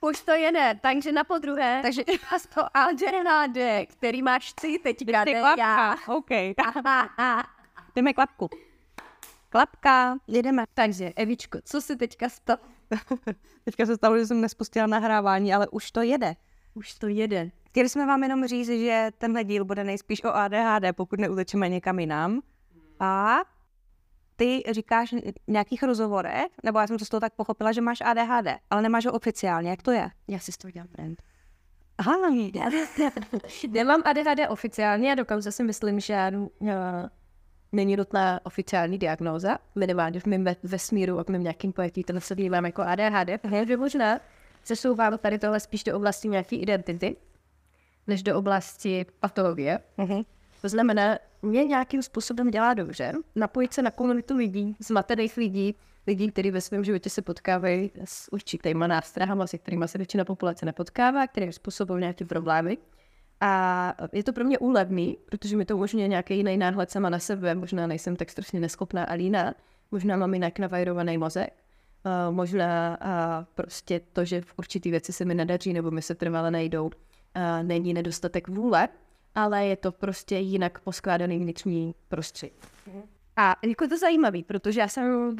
Už to jede, takže na podruhé. Takže to ADHD, který máš ty teďka, ne já. OK. Jdeme klapku. Klapka, jedeme. Takže, Evičko, co si teďka stalo? Teďka se stalo, že jsem nespustila nahrávání, ale už to jede. Už to jede. Chtěli jsme vám jenom říct, že tenhle díl bude nejspíš o ADHD, pokud neutečeme někam jinam. A ty říkáš v nějakých rozhovorech, nebo já jsem to z toho tak pochopila, že máš ADHD, ale nemáš ho oficiálně. Jak to je? Já si z toho dělám brand. Aha, Nemám ADHD oficiálně a dokonce si myslím, že není nutná oficiální diagnóza. Minimálně v mém vesmíru a v mém nějakým pojetí to se vnímám jako ADHD. Takže možná přesouvám tady tohle spíš do oblasti nějaké identity, než do oblasti patologie. To znamená, mě nějakým způsobem dělá dobře napojit se na komunitu lidí, zmatených lidí, kteří ve svém životě se potkávají s určitýma nástrahama, se kterými se většina populace nepotkává, které způsobují nějaké problémy. A je to pro mě úlevný, protože mi to umožňuje nějaký jiný náhled sama na sebe, možná nejsem tak strašně neschopná a líná, možná mám jinak navajrovaný mozek, možná prostě to, že v určitý věci se mi nedaří nebo mi se trvale nejdou, není nedostatek vůle, ale je to prostě jinak poskládaný vnitřní prostředí. A jako to zajímavý, protože já jsem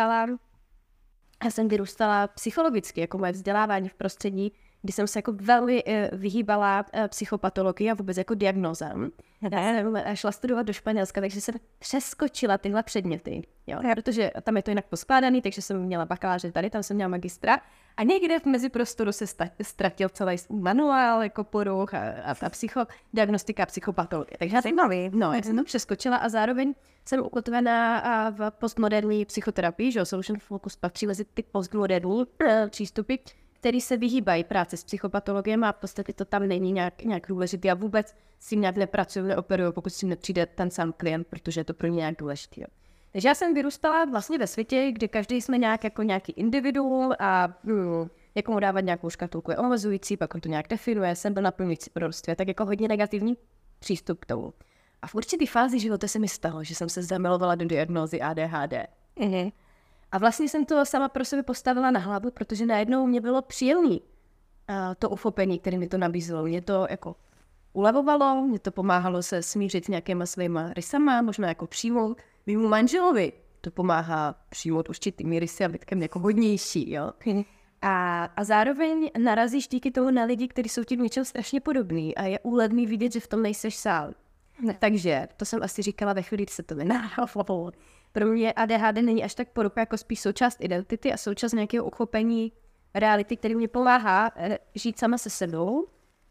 vyrůstala psychologicky, jako moje vzdělávání v prostředí, kdy jsem se jako velmi vyhýbala psychopatologii a vůbec jako diagnózám. Já jsem šla studovat do Španělska, takže jsem přeskočila tyhle předměty, jo? Protože tam je to jinak poskládaný, takže jsem měla bakaláře tady, tam jsem měla magistra a někde v meziprostoru se ztratil celý manuál jako poruch a diagnostika psychopatologie. Takže já jsem to přeskočila a zároveň jsem ukotvená v postmoderní psychoterapii, že Solution Focus patří mezi ty postmoderní přístupy, který se vyhýbají práce s psychopatologiem a v podstatě to tam není nějak důležitý a vůbec s tím nějak nepracuju, neoperuju, pokud s tím nepřijde ten sám klient, protože je to pro mě nějak důležitý. Jo. Takže já jsem vyrůstala vlastně ve světě, kde každý jsme jako nějaký individuum a někomu dávat nějakou škatulku je omezující, pak on to nějak definuje, jsem byl naplňující proroctví, tak jako hodně negativní přístup k tomu. A v určitý fázi života se mi stalo, že jsem se zamilovala do diagnózy ADHD. A vlastně jsem to sama pro sebe postavila na hlavu, protože najednou mě bylo příjemné to uchopení, které mi to nabízelo. Mě to jako ulevovalo, mě to pomáhalo se smířit s nějakýma svýma rysama, možná jako přijmout mému manželovi. To pomáhá přijmout určitými rysy a být jako hodnější, jo. A zároveň narazíš díky tomu na lidi, kteří jsou ti v něčem strašně podobný a je úlevný vidět, že v tom nejseš sám. Takže to jsem asi říkala ve chvíli, kdy se to vynáhlo. Pro mě ADHD není až tak porucha, jako spíš součást identity a součást nějakého uchopení reality, který mě pomáhá žít sama se sebou.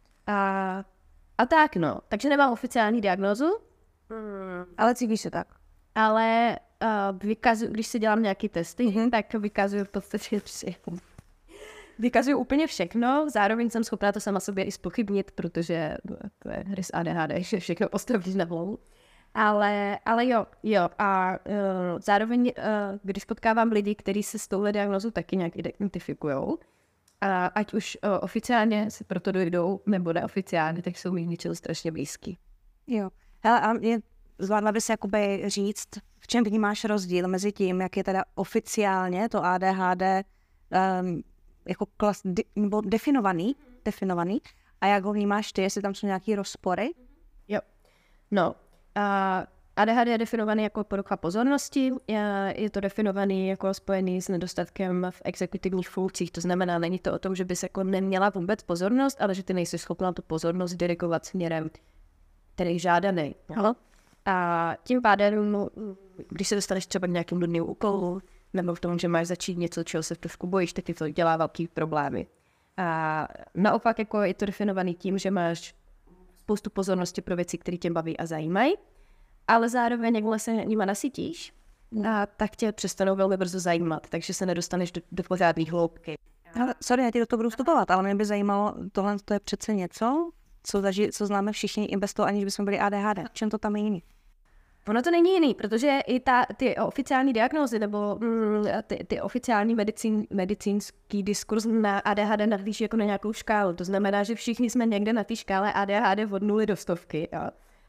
A tak no. Takže nemám oficiální diagnózu. Ale cítíš se tak. Ale když si dělám nějaký testy, tak vykazuju v podstatě vykazuju úplně všechno, zároveň jsem schopná to sama sobě i zpochybnit, protože to je rys ADHD, že všechno postavíš na hlavu. Ale jo. A zároveň, když potkávám lidi, kteří se s touhle diagnózou taky nějak identifikujou, a ať už oficiálně se proto dojdou, nebo neoficiálně, tak jsou mi něčeho strašně blízký. Jo. Hele, a zvládla bys jakoby říct, v čem vnímáš rozdíl mezi tím, jak je teda oficiálně to ADHD jako nebo definovaný, a jak ho vnímáš ty, jestli tam jsou nějaký rozpory? Jo. No, ADHD je definovaný jako porucha pozornosti, je to definovaný jako spojený s nedostatkem v exekutivních funkcích, to znamená, není to o tom, že bys jako neměla vůbec pozornost, ale že ty nejsi schopná tu pozornost dirigovat směrem, který je žádaný. A tím pádem, když se dostaneš třeba k nějakým nudným úkolům, nebo v tom, že máš začít něco, čeho se trošku bojíš, tak ti to dělá velký problémy. A naopak jako je to definovaný tím, že máš spoustu pozornosti pro věci, které tě baví a zajímají, ale zároveň, jakmile se nima nasytíš, tak tě přestanou velmi brzo zajímat, takže se nedostaneš do pořádné hloubky. Ale, sorry, já ti do toho budu vstupovat, ale mě by zajímalo, tohle to je přece něco, co známe všichni i bez toho, aniž bychom byli ADHD. Čem to tam je jiný? Ono to není jiný, protože i ty oficiální diagnózy nebo ty oficiální medicínský diskurs na ADHD nahlíží jako na nějakou škálu. To znamená, že všichni jsme někde na té škále ADHD od 0 do 100. Jo?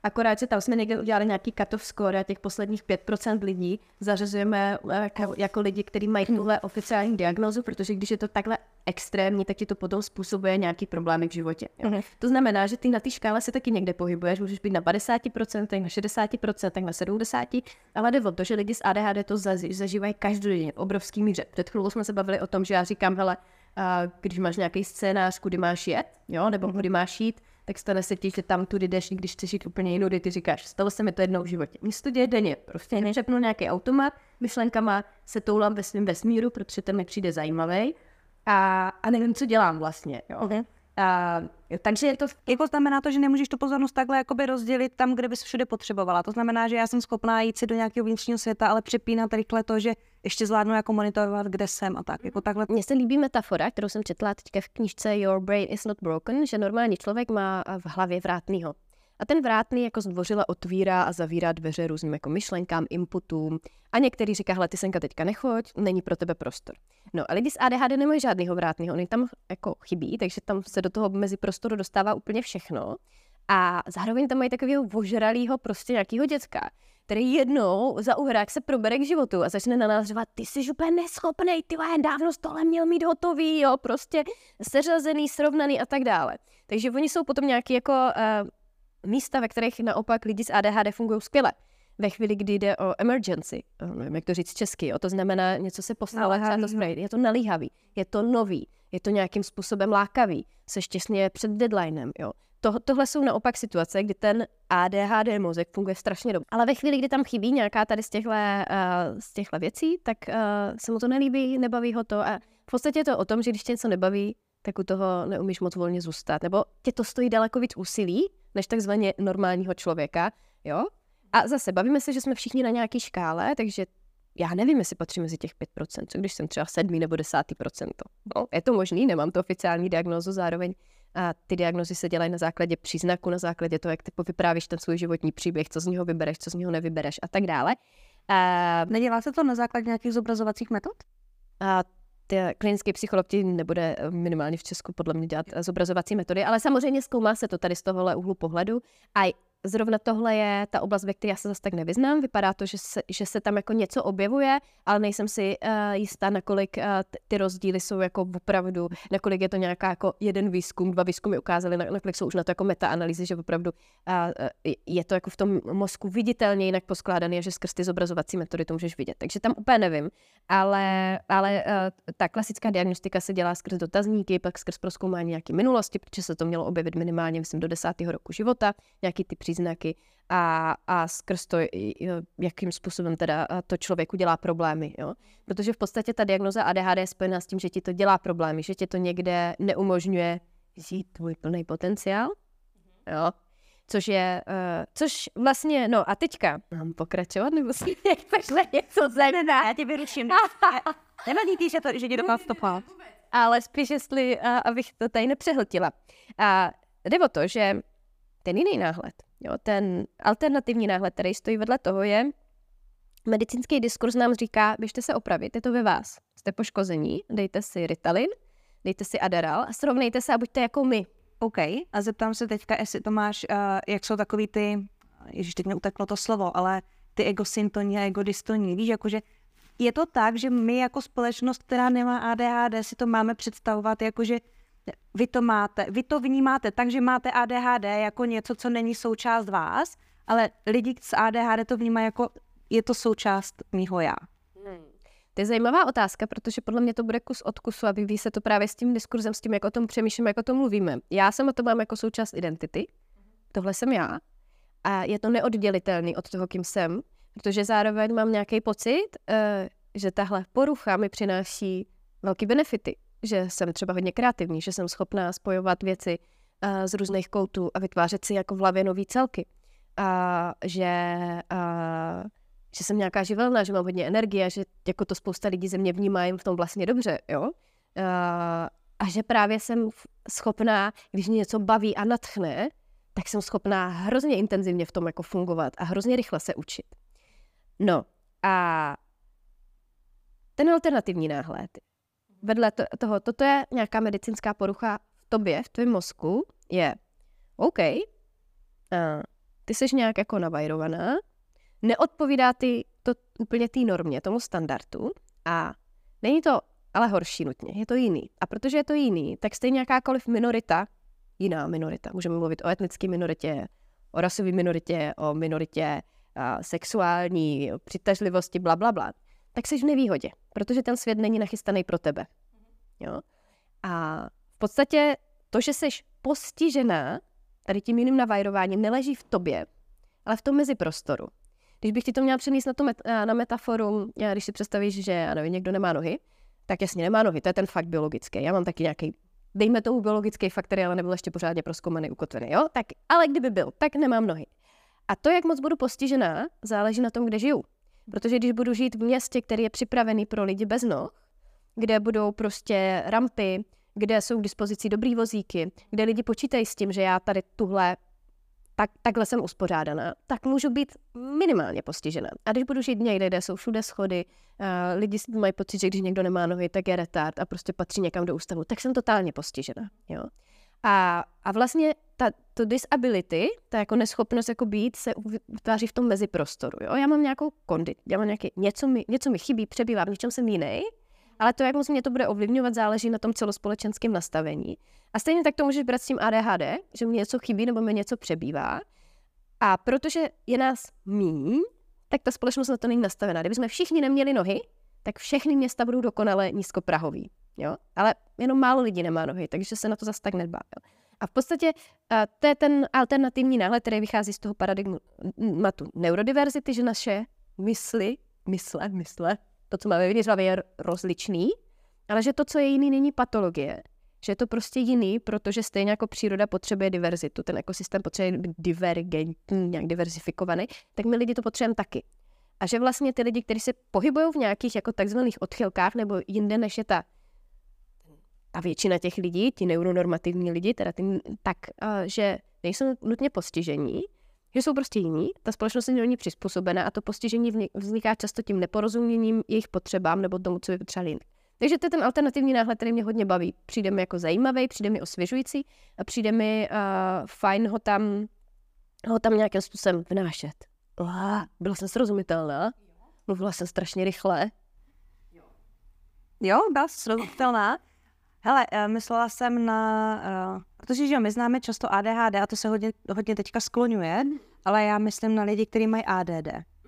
Akorát, že tam jsme někde udělali nějaký cut-off score a těch posledních 5% lidí zařazujeme jako lidi, kteří mají tuhle oficiální diagnózu, protože když je to takhle extrémní, tak ti to potom způsobuje nějaký problémy v životě. Jo. To znamená, že ty na té škále se taky někde pohybuješ, můžeš být na 50%, na 60%, na 70%, ale jde o to, že lidi s ADHD to zažívají každodenně v obrovský míře. Před chvílou jsme se bavili o tom, že já říkám, hele, když máš nějaký scénář, kudy máš jet, jo, nebo kudy máš jít, tak stane se ti, že tam tudy jdeš, když chceš jít úplně jinudy, ty říkáš, stalo se mi to jednou v životě. Mně se to děje denně, prostě nepřepnu nějaký automat, myšlenkama se toulám ve svém vesmíru, protože ten mi přijde zajímavý a nevím, co dělám vlastně, jo. Takže je to... Jako znamená to, že nemůžeš tu pozornost takhle jakoby rozdělit tam, kde bys všude potřebovala. To znamená, že já jsem schopná jít si do nějakého vnitřního světa, ale přepínat rychle to, že ještě zvládnu jako monitorovat, kde jsem a tak. Jako takhle. Mně se líbí metafora, kterou jsem četla teďka v knížce Your Brain is Not Broken, že normální člověk má v hlavě vrátnýho. A ten vrátný jako zdvořile otvírá a zavírá dveře různým jako myšlenkám, inputům. A některý říká, hele, ty senka teďka nechoď, není pro tebe prostor. No a lidi s ADHD nemají žádnýho vrátnýho, oni tam jako chybí, takže tam se do toho mezi prostoru dostává úplně všechno. A zároveň tam mají takového ožralýho prostě nějakého děcka, který jednou za uhrák se probere k životu a začne na nás řvat, ty jsi úplně neschopnej, ty dávno z tohle měl mít hotový, jo, prostě seřazený, srovnaný a tak dále. Takže oni jsou potom nějaký jako místa, ve kterých naopak lidi s ADHD fungují skvěle. Ve chvíli, kdy jde o emergency, nevím, jak to říct česky, jo, to znamená, něco se postalo, je to nalíhavý, je to nový, je to nějakým způsobem lákavý, seš těsně před deadlinem, jo. Tohle jsou naopak situace, kdy ten ADHD mozek funguje strašně dobře. Ale ve chvíli, kdy tam chybí nějaká tady z těchto věcí, tak se mu to nelíbí, nebaví ho to. A v podstatě je to o tom, že když tě něco nebaví, tak u toho neumíš moc volně zůstat. Nebo tě to stojí daleko víc úsilí, než takzvaně normálního člověka. Jo? A zase bavíme se, že jsme všichni na nějaké škále, takže já nevím, jestli patří mezi těch 5%, co když jsem třeba 7. nebo 10%. No, je to možný, nemám to oficiální diagnózu zároveň. A ty diagnózy se dělají na základě příznaku, na základě toho, jak ty vyprávíš ten svůj životní příběh, co z něho vybereš, co z něho nevybereš a tak dále. Nedělá se to na základě nějakých zobrazovacích metod? Klinický psycholog ti nebude minimálně v Česku podle mě dělat zobrazovací metody, ale samozřejmě zkoumá se to tady z tohohle úhlu pohledu. A zrovna tohle je ta oblast, ve které já se zase tak nevyznám. Vypadá to, že se tam jako něco objevuje, ale nejsem si jistá, nakolik ty rozdíly jsou jako opravdu, nakolik je to nějaká jako jeden výzkum, 2 výzkumy ukázaly, nakolik jsou už na to jako metaanalýzy, že opravdu je to jako v tom mozku viditelně jinak poskládaný a že skrz ty zobrazovací metody to můžeš vidět. Takže tam úplně nevím, ale ta klasická diagnostika se dělá skrz dotazníky, pak skrz prozkoumání nějaké minulosti, protože se to mělo objevit minimálně, myslím, do 10. roku života, nějaký ty příznaky a skrz to, jakým způsobem teda to člověku dělá problémy. Jo? Protože v podstatě ta diagnoza ADHD je spojená s tím, že ti to dělá problémy, že ti to někde neumožňuje žít tvůj plný potenciál. Jo? Což vlastně, no a teďka mám pokračovat, nebo si takhle něco zajímá. Já tě vyruším. Nevadí ty, že ti dokážu stopovat. Ale spíš, jestli, abych to tady nepřehltila. A jde o to, že ten jiný náhled, jo, ten alternativní náhled, který stojí vedle toho, je medicínský diskurs nám říká, běžte se opravit, je to ve vás. Jste poškození, dejte si Ritalin, dejte si Adderall a srovnejte se a buďte jako my. OK. A zeptám se teďka, jestli to máš, jak jsou takový ty, ježiš, teď mě uteklo to slovo, ale ty egosyntoní a egodystoní. Víš, jakože je to tak, že my jako společnost, která nemá ADHD, si to máme představovat, jakože vy to vnímáte tak, že máte ADHD jako něco, co není součást vás, ale lidi s ADHD to vnímají jako, je to součást mýho já. To je zajímavá otázka, protože podle mě to bude kus od kusu a vyvíjí se to právě s tím diskurzem, s tím, jak o tom přemýšlíme, jak o tom mluvíme. Já sama to mám jako součást identity, tohle jsem já a je to neoddělitelný od toho, kým jsem, protože zároveň mám nějaký pocit, že tahle porucha mi přináší velký benefity, že jsem třeba hodně kreativní, že jsem schopná spojovat věci z různých koutů a vytvářet si jako v hlavě nový celky. Že jsem nějaká živelná, že mám hodně energie, že jako to spousta lidí ze mě vnímají v tom vlastně dobře, jo. A že právě jsem schopná, když mě něco baví a nadchne, tak jsem schopná hrozně intenzivně v tom jako fungovat a hrozně rychle se učit. No a ten alternativní náhled, vedle toho, toto je nějaká medicínská porucha v tobě, v tvém mozku, je OK, ty seš nějak jako navajrovaná, neodpovídá ty to úplně té normě, tomu standardu a není to ale horší nutně, je to jiný. A protože je to jiný, tak stejně jakákoliv minorita, jiná minorita, můžeme mluvit o etnické minoritě, o rasové minoritě, o minoritě sexuální, přitažlivosti, blablabla, tak jsi v nevýhodě, protože ten svět není nachystaný pro tebe. Jo? A v podstatě to, že jsi postižená tady tím jiným navajrováním, neleží v tobě, ale v tom meziprostoru. Když bych ti to měla přenést na metaforu, když si představíš, že nevím, někdo nemá nohy, tak jasně nemá nohy, to je ten fakt biologický. Já mám taky nějaký, dejme tomu biologický fakt, který ale nebyl ještě pořádně prozkoumaný, ukotvený, jo? Tak, ale kdyby byl, tak nemám nohy. A to, jak moc budu postižená, záleží na tom, kde žiju. Protože když budu žít v městě, který je připravený pro lidi bez noh, kde budou prostě rampy, kde jsou k dispozici dobrý vozíky, kde lidi počítají s tím, že já tady takhle jsem uspořádaná, tak můžu být minimálně postižená. A když budu žít někde, kde jsou všude schody, lidi mají pocit, že když někdo nemá nohy, tak je retard a prostě patří někam do ústavu, tak jsem totálně postižená. Jo? A vlastně to disability, ta jako neschopnost jako být, se utváří v tom meziprostoru. Jo? Já mám nějakou já mám něco mi chybí, přebývám, v něčem jsem jiný, ale to, jak moc mě to bude ovlivňovat, záleží na tom celospolečenském nastavení. A stejně tak to můžeš brát s tím ADHD, že mi něco chybí nebo mi něco přebývá. A protože je nás míň, tak ta společnost na to není nastavená. Kdybychom všichni neměli nohy, tak všechny města budou dokonale nízkoprahový. Jo? Ale jenom málo lidí nemá nohy, takže se na to zase tak nedbá. Jo? A v podstatě to je ten alternativní náhled, který vychází z toho paradigmatu neurodiverzity, že naše mysle, to, co máme vidět, je rozličný, ale že to, co je jiný, není patologie. Že je to prostě jiný, protože stejně jako příroda potřebuje diverzitu, ten ekosystém potřebuje být divergentní, nějak diverzifikovaný, tak my lidi to potřebujeme taky. A že vlastně ty lidi, kteří se pohybují v nějakých jako takzvaných odchylkách nebo jinde, než je ta většina těch lidí, ti neuronormativní lidi, že nejsou nutně postižení, že jsou prostě jiní, ta společnost je ní přizpůsobená a to postižení vzniká často tím neporozuměním jejich potřebám nebo tomu, co by potřebovali jinak. Takže to je ten alternativní náhled, který mě hodně baví. Přijde mi jako zajímavý, přijde mi osvěžující a přijde mi fajn ho tam nějakým způsobem vnášet. Byla jsem srozumitelná, mluvila jsem strašně rychle. Jo, byla srozumitelná. Hele, myslela jsem protože že my známe často ADHD a to se hodně teďka skloňuje, ale já myslím na lidi, kteří mají ADD.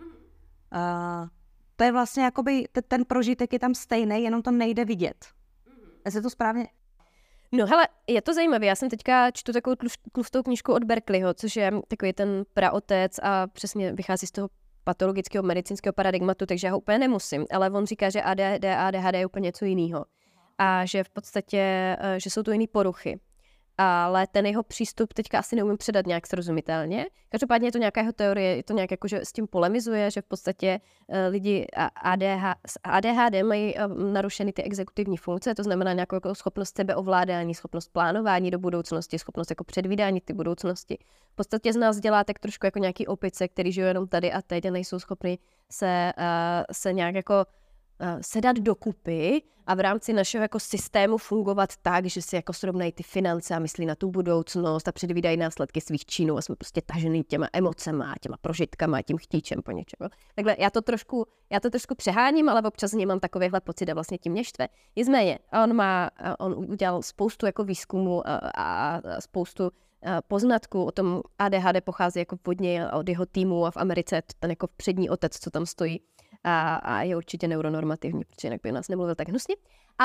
To je vlastně jakoby, ten prožitek je tam stejný, jenom to nejde vidět. Je to správně? No hele, je to zajímavé. Já jsem teďka čtu takovou tlustou knížku od Berkeleyho, což je takový ten praotec a přesně vychází z toho patologického medicínského paradigmatu, takže já ho úplně nemusím, ale on říká, že ADHD je úplně něco jiného. A že v podstatě, že jsou to jiné poruchy. Ale ten jeho přístup teďka asi neumím předat nějak srozumitelně. Každopádně je to nějaká jeho teorie, je to nějak jako, že s tím polemizuje, že v podstatě lidi s ADHD mají narušeny ty exekutivní funkce, to znamená nějakou jako schopnost sebeovládání, schopnost plánování do budoucnosti, schopnost jako předvídání ty budoucnosti. V podstatě z nás dělá tak trošku jako nějaký opice, který žijou jenom tady a teď a nejsou schopni se nějak jako sedat dokupy a v rámci našeho jako systému fungovat tak, že si jako srovnají ty finance a myslí na tu budoucnost a předvídají následky svých činů a jsme prostě tažený těma emocema, těma prožitkama, tím chtíčem po něčem. Takhle já to trošku přeháním, ale občas z něj mám takovýhle pocit a vlastně tím mě štve. Nicméně, on udělal spoustu jako výzkumu a spoustu poznatků o tom. ADHD pochází jako hodně od jeho týmu a v Americe ten jako přední otec, co tam stojí. A je určitě neuronormativní, protože jinak by nás nemluvil tak hnusně.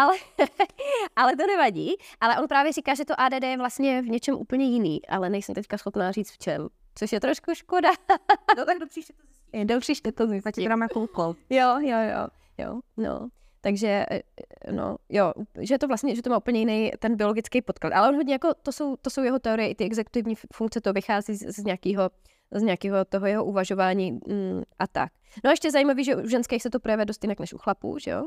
Ale to nevadí. Ale on právě říká, že to ADD je vlastně v něčem úplně jiný, ale nejsem teďka schopná říct v čem. Což je trošku škoda. No tak do příště to zjistí. Do příště to zjistí. Zatím dám jako úkol. Jo, no. Takže, no, jo, že to vlastně, že to má úplně jiný ten biologický podklad. Ale on hodně jako, to jsou jeho teorie, i ty exekutivní funkce, to vychází z nějakého toho jeho uvažování a tak. No a ještě zajímavý, že u ženských se to projevuje dost jinak než u chlapů, že jo?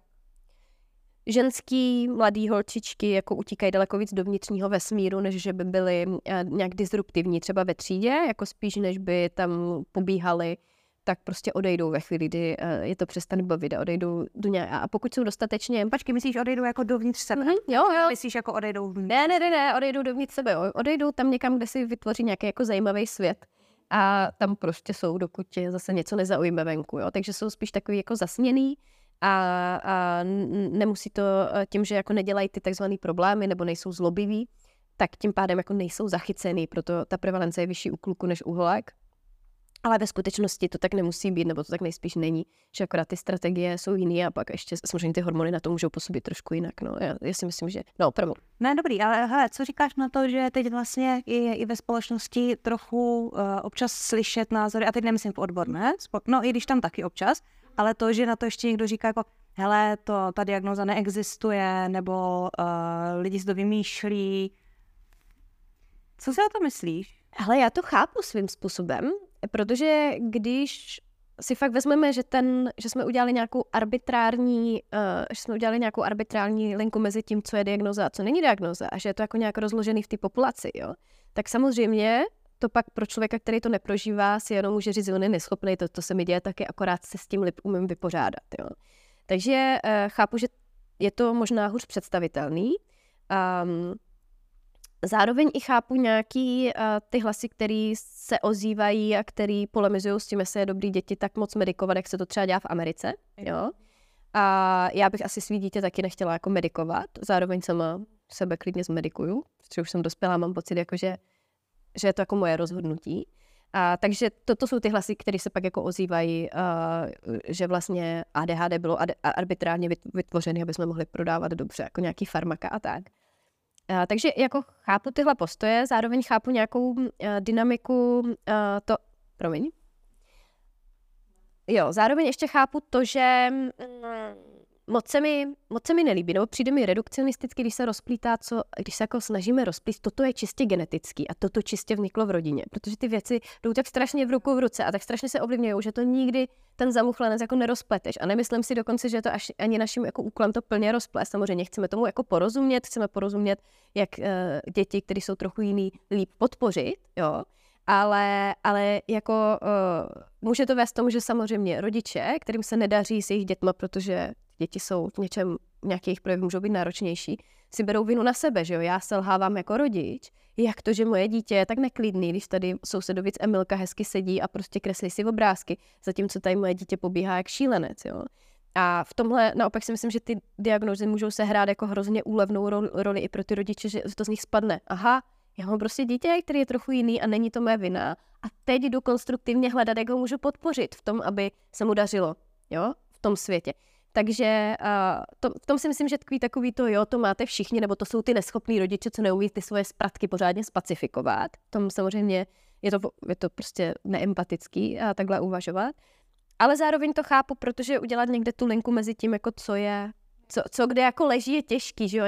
Ženský mladý holčičky jako utíkají daleko víc do vnitřního vesmíru, než že by byly nějak disruptivní třeba ve třídě, jako spíš než by tam pobíhaly, tak prostě odejdou ve chvíli, kdy je to přestane bavit a odejdou do nějak. A pokud jsou dostatečně... Počkej, myslíš odejdou jako dovnitř sebe? Jo. Myslíš jako odejdou? Ne, odejdou dovnitř sebe. Odejdou tam někam, kde si vytvoří nějaký jako zajímavý svět. a tam prostě jsou, dokud tě zase něco nezaujme venku, jo. Takže jsou spíš takový jako zasněný a nemusí to tím, že jako nedělají ty takzvaný problémy nebo nejsou zlobiví, tak tím pádem jako nejsou zachycený, proto ta prevalence je vyšší u kluku než u holek. Ale ve skutečnosti to tak nemusí být, nebo to tak nejspíš není, že akorát ty strategie jsou jiný a pak ještě samozřejmě ty hormony na to můžou působit trošku jinak. No. Já si myslím, že opravdu. Ne, dobrý, ale hele, co říkáš na to, že teď vlastně je i ve společnosti trochu občas slyšet názory, a teď nemyslím v odborné, no i když tam taky občas, ale to, že na to ještě někdo říká jako hele, ta diagnóza neexistuje, nebo lidi si to vymýšlí. Co si o to myslíš? Hele, já to chápu svým způsobem, protože když si fakt vezmeme, že jsme udělali nějakou arbitrární linku mezi tím, co je diagnóza a co není diagnóza, a že je to jako nějak rozložený v té populaci, jo, tak samozřejmě to pak pro člověka, který to neprožívá, si jenom může říct, že on je neschopný, to se mi děje taky, akorát se s tím umím vypořádat, jo. Takže chápu, že je to možná hůř představitelný. Zároveň i chápu nějaký ty hlasy, který se ozývají a který polemizují s tím, jestli je dobrý děti tak moc medikovat, jak se to třeba dělá v Americe. Jo? A já bych asi svý dítě taky nechtěla jako medikovat. Zároveň sama sebe klidně zmedikuju, protože už jsem dospělá, mám pocit, jako že je to jako moje rozhodnutí. Takže toto jsou ty hlasy, které se pak jako ozývají, že vlastně ADHD bylo arbitrárně vytvořené, aby jsme mohli prodávat dobře jako nějaký farmaka a tak. Takže jako chápu tyhle postoje, zároveň chápu nějakou dynamiku zároveň ještě chápu to, že moc se mi nelíbí, nebo přijde mi redukcionisticky, když se rozplítá, když se jako snažíme rozplít, toto je čistě genetický a toto čistě vzniklo v rodině, protože ty věci jdou tak strašně v ruku v ruce a tak strašně se ovlivňují, že to nikdy ten zamuchlenec jako nerozpleteš. A nemyslím si dokonce, že je to ani naším jako úkolem to plně rozplést. Samozřejmě chceme tomu jako porozumět, jak děti, které jsou trochu jiný, líp podpořit, jo. Ale jako může to vést tomu, že samozřejmě rodiče, kterým se nedaří s jejich dětma, protože děti jsou v něčem, nějaké jejich projevy můžou být náročnější, si berou vinu na sebe, že jo, já selhávám jako rodič, jak to, že moje dítě je tak neklidný, když tady sousedovic Emilka hezky sedí a prostě kreslí si obrázky, zatímco tady moje dítě pobíhá jak šílenec, jo. A v tomhle naopak si myslím, že ty diagnózy můžou sehrát jako hrozně úlevnou roli i pro ty rodiče, že to z nich spadne. Aha, já mám prostě dítě, který je trochu jiný a není to mé vina a teď jdu konstruktivně hledat, jak ho můžu podpořit v tom, aby se mu dařilo, jo, v tom světě. Takže v tom si myslím, že takový to, jo, to máte všichni, nebo to jsou ty neschopní rodiče, co neumí ty svoje spratky pořádně spacifikovat. Tom samozřejmě je to prostě neempatický a takhle uvažovat. Ale zároveň to chápu, protože udělat někde tu linku mezi tím, jako co kde jako leží, je těžký, že jo.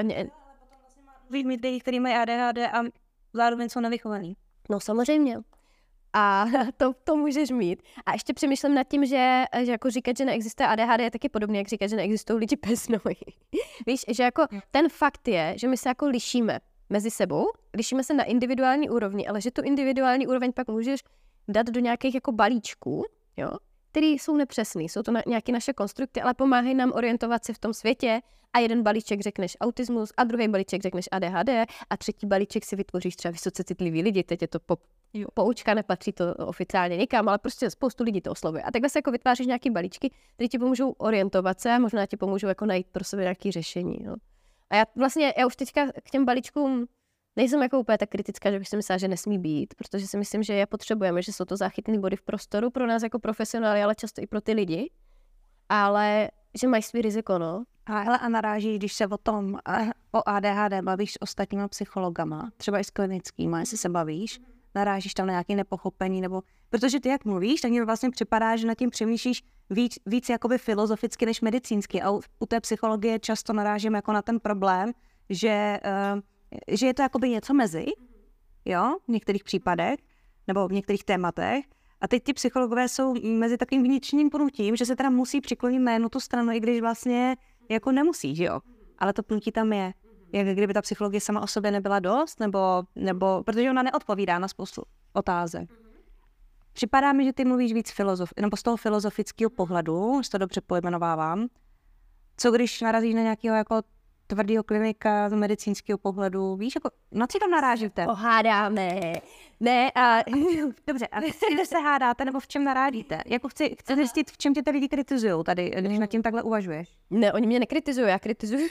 Mít lidi, kteří mají ADHD a zároveň jsou nevychovaný. No samozřejmě. A to můžeš mít. A ještě přemýšlím nad tím, že jako říkat, že neexistuje ADHD je taky podobně, jak říkat, že neexistují lidi bez nohy. Víš, že jako ten fakt je, že my se jako lišíme mezi sebou, lišíme se na individuální úrovni, ale že tu individuální úroveň pak můžeš dát do nějakých jako balíčků, jo, který jsou nepřesný, jsou to nějaké naše konstrukty, ale pomáhají nám orientovat se v tom světě a jeden balíček řekneš autismus a druhý balíček řekneš ADHD a třetí balíček si vytvoříš třeba vysoce citlivý lidi, teď je to poučka, nepatří to oficiálně nikam, ale prostě spoustu lidí to oslovuje. A takhle se jako vytváříš nějaký balíčky, které ti pomůžou orientovat se a možná ti pomůžou jako najít pro sebe nějaké řešení. Jo. A já už teďka k těm balíčkům nejsem jako úplně tak kritická, že bych si myslela, že nesmí být, protože si myslím, že je potřebujeme, že jsou to záchytný body v prostoru pro nás jako profesionály, ale často i pro ty lidi, ale že mají svý riziko, no. A naráží, když se o ADHD bavíš s ostatníma psychologama, třeba i s klinickýma, jestli se bavíš, narážíš tam na nějaké nepochopení, nebo protože ty jak mluvíš, tak mi vlastně připadá, že nad tím přemýšlíš víc jakoby filozoficky než medicínsky. A u té psychologie často narážím jako na ten problém, že je to jakoby něco mezi, jo, v některých případech, nebo v některých tématech. A teď ty psychologové jsou mezi takovým vnitřním pnutím, že se teda musí přiklonit na jednu tu stranu, i když vlastně jako nemusí, že jo. Ale to pnutí tam je. Jak kdyby ta psychologie sama o sobě nebyla dost, nebo protože ona neodpovídá na spoustu otázek. Připadá mi, že ty mluvíš víc nebo z toho filozofického pohledu, že to dobře pojmenovávám. Co když narazíš na nějakého jako tvrdého klinika z medicínského pohledu, víš, jako na co tam narážíte? Pohádáme. Ne, a dobře, a když se hádáte, nebo v čem narážíte? Jako chci zjistit, v čem tě ty lidi kritizujou tady, když nad tím takhle uvažuješ. Ne, oni mě nekritizují, já kritizuju.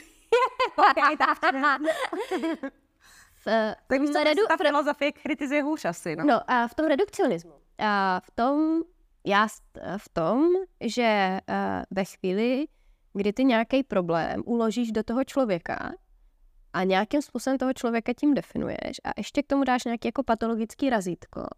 Tak víš, ta filozofie kritizuje hůř asi, no. No a v tom redukcionismu. A v tom, že ve chvíli, kdy ty nějaký problém uložíš do toho člověka a nějakým způsobem toho člověka tím definuješ a ještě k tomu dáš nějaký jako patologický razítko,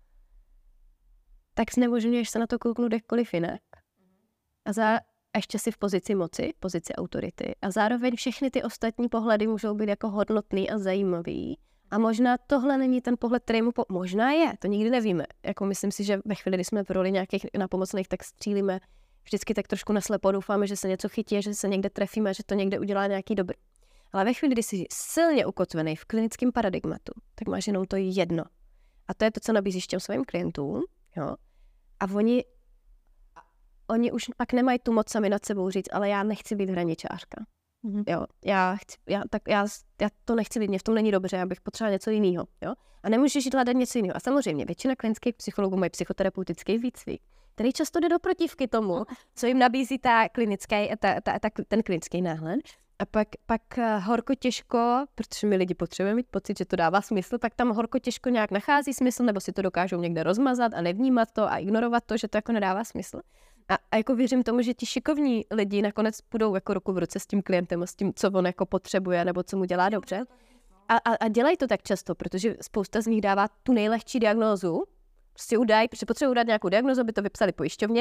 tak znemožňuješ se na to kouknout jakkoliv jinak. A ještě si v pozici moci, pozici autority. A zároveň všechny ty ostatní pohledy můžou být jako hodnotný a zajímavý. A možná tohle není ten pohled, který mu možná je, to nikdy nevíme. Jako myslím si, že ve chvíli, kdy jsme v roli nějakých napomocných, tak střílíme vždycky tak trošku naslepo, doufáme, že se něco chytí, že se někde trefíme, že to někde udělá nějaký dobrý. Ale ve chvíli, kdy jsi silně ukotvený v klinickém paradigmatu, tak máš jenom to jedno. A to je to, co nabízíš těm svým klientům. Jo? A oni už pak nemají tu moc sami nad sebou říct, ale já nechci být hraničářka. Jo, já to nechci být, mě v tom není dobře, já bych potřebovala něco jiného. Jo? A nemůžeš jít hledat něco jiného. A samozřejmě většina klinických psychologů mají psychoterapeutický výcvik, který často jde do protivky tomu, co jim nabízí ten klinický náhled. A pak horko těžko, protože my lidi potřebujeme mít pocit, že to dává smysl, tak tam horko těžko nějak nachází smysl, nebo si to dokážou někde rozmazat a nevnímat to a ignorovat to, že to jako nedává smysl. A jako věřím tomu, že ti šikovní lidi nakonec půjdou jako ruku v ruce s tím klientem a s tím, co on jako potřebuje nebo co mu dělá dobře. A dělají to tak často, protože spousta z nich dává tu nejlehčí diagnózu. Prostě protože potřebují dát nějakou diagnózu, aby to vypsali pojišťovně.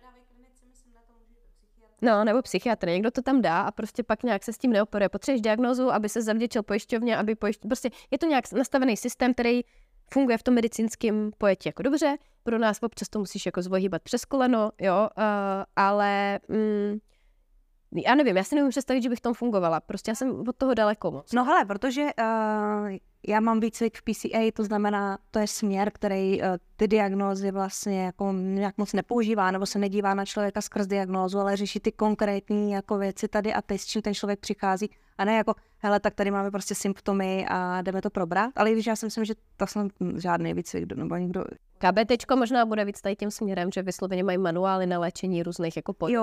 No, nebo psychiatr, někdo to tam dá a prostě pak nějak se s tím neoperuje. Potřebuješ diagnózu, aby se zavděčil pojišťovně, prostě je to nějak nastavený systém, který funguje v tom medicínském pojetí jako dobře. Pro nás občas to musíš jako zvohýbat přes koleno, jo, ale já nevím, já si nevím představit, že bych v tom fungovala. Prostě já jsem od toho daleko moc. No hele, protože já mám výcvik v PCA, to znamená, to je směr, který ty diagnózy vlastně jako nějak moc nepoužívá, nebo se nedívá na člověka skrz diagnózu, ale řeší ty konkrétní jako věci tady a teď, s čím ten člověk přichází. A ne jako, hele, tak tady máme prostě symptomy a jdeme to probrat. Ale když já si myslím, že to jsem žádný výcvik, nebo někdo... KBTčko možná bude víc tady tím směrem, že vysloveně mají manuály na léčení různých jako porů.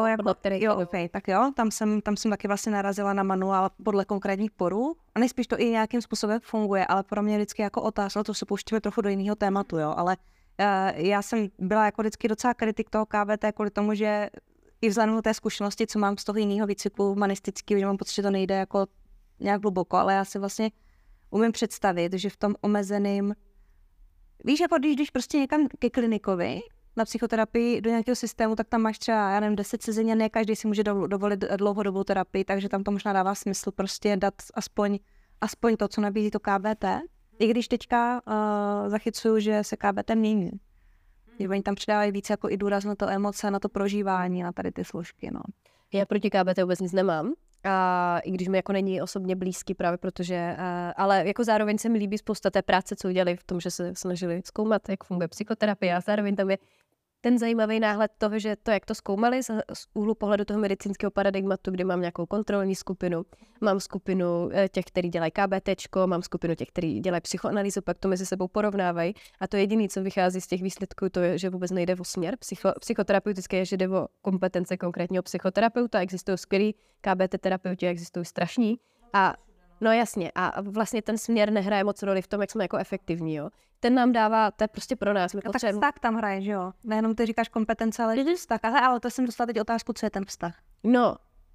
Tak jo, tam jsem taky vlastně narazila na manuál podle konkrétních porů a nejspíš to i nějakým způsobem funguje, ale pro mě vždycky jako otázka, to se pouštíme trochu do jiného tématu, jo, ale já jsem byla jako vždycky docela kritik toho KBT kvůli tomu, že i vzhledem do té zkušenosti, co mám z toho jiného výcviku humanistického, že mám pocit, že to nejde jako nějak hluboko, ale já si vlastně umím představit, že v tom omezeným, víš, jako když prostě někam ke klinikovi na psychoterapii do nějakého systému, tak tam máš třeba, já nevím, 10 sezení a ne každý si může dovolit dlouhodobou terapii, takže tam to možná dává smysl prostě dát aspoň to, co nabízí to KBT. I když teďka zachycuju, že se KBT mění. Že oni tam přidávají víc jako i důraz na to emoce, na to prožívání, na tady ty složky, no. Já proti KBT vůbec nic nemám. A i když mi jako není osobně blízký právě protože, ale jako zároveň se mi líbí spousta té práce, co udělali v tom, že se snažili zkoumat, jak funguje psychoterapie a zároveň tam je ten zajímavý náhled toho, že to, jak to zkoumali z úhlu pohledu toho medicínského paradigmatu, kdy mám nějakou kontrolní skupinu, mám skupinu těch, kteří dělají KBTčko, mám skupinu těch, kteří dělají psychoanalýzu, pak to mezi sebou porovnávají a to jediné, co vychází z těch výsledků, to je, že vůbec nejde o směr psychoterapeutické, je, že jde o kompetence konkrétního psychoterapeuta, existují skvělí KBT terapeuti, existují strašní a no jasně, a vlastně ten směr nehraje moc roli v tom, jak jsme jako efektivní, jo. Ten nám dává, to je prostě pro nás. Tak vztah tam hraje, že jo? Nejenom ty říkáš kompetence, ale vztah. Ale to jsem dostala teď otázku, co je ten vztah. No,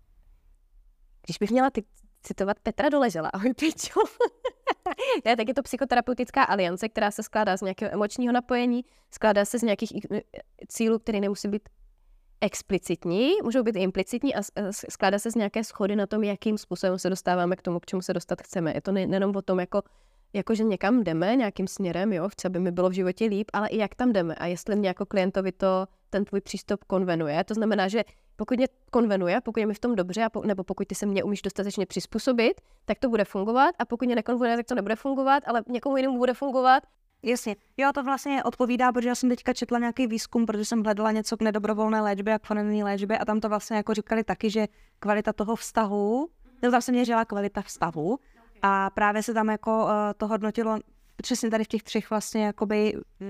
když bych měla citovat Petra Doležela, ahoj Pečo. Tak je to psychoterapeutická aliance, která se skládá z nějakého emočního napojení, skládá se z nějakých cílů, které nemusí být explicitní, můžou být i implicitní a skládá se z nějaké shody na tom, jakým způsobem se dostáváme k tomu, k čemu se dostat chceme. Je to nejenom o tom, jako že někam jdeme nějakým směrem, jo, chci, aby mi bylo v životě líp, ale i jak tam jdeme a jestli mě jako klientovi ten tvůj přístup konvenuje. To znamená, že pokud mě konvenuje, pokud je mi v tom dobře, nebo pokud ty se mě umíš dostatečně přizpůsobit, tak to bude fungovat a pokud mě nekonvenuje, tak to nebude fungovat, ale někomu jinému bude fungovat. Jasně. Jo, to vlastně odpovídá, protože já jsem teďka četla nějaký výzkum, protože jsem hledala něco k nedobrovolné léčbě a k fonenní léčbě a tam to vlastně jako říkali taky, že kvalita toho vztahu No, tam se měřila kvalita vztahu a právě se tam jako to hodnotilo přesně tady v těch 3 vlastně jakoby